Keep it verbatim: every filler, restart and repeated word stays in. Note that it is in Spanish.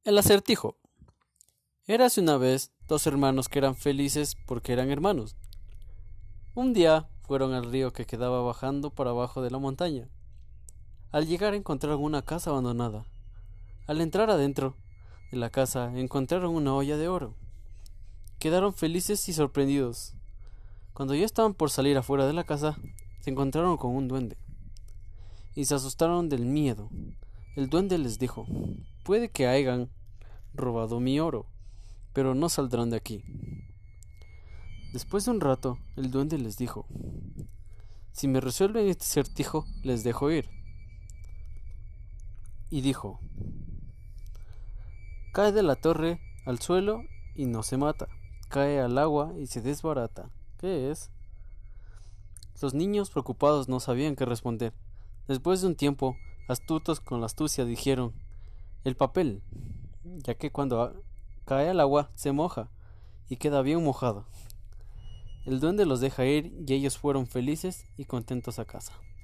El acertijo. Érase una vez dos hermanos que eran felices porque eran hermanos. Un día fueron al río que quedaba bajando para abajo de la montaña. Al llegar encontraron una casa abandonada. Al entrar adentro de la casa encontraron una olla de oro. Quedaron felices y sorprendidos. Cuando ya estaban por salir afuera de la casa, se encontraron con un duende y se asustaron del miedo. El duende les dijo: puede que hayan robado mi oro, pero no saldrán de aquí. Después de un rato, el duende les dijo: si me resuelven este acertijo, les dejo ir. Y dijo: cae de la torre al suelo y no se mata, cae al agua y se desbarata. ¿Qué es? Los niños preocupados no sabían qué responder. Después de un tiempo, astutos con la astucia dijeron: el papel, ya que cuando cae al agua se moja y queda bien mojado. El duende los deja ir y ellos fueron felices y contentos a casa.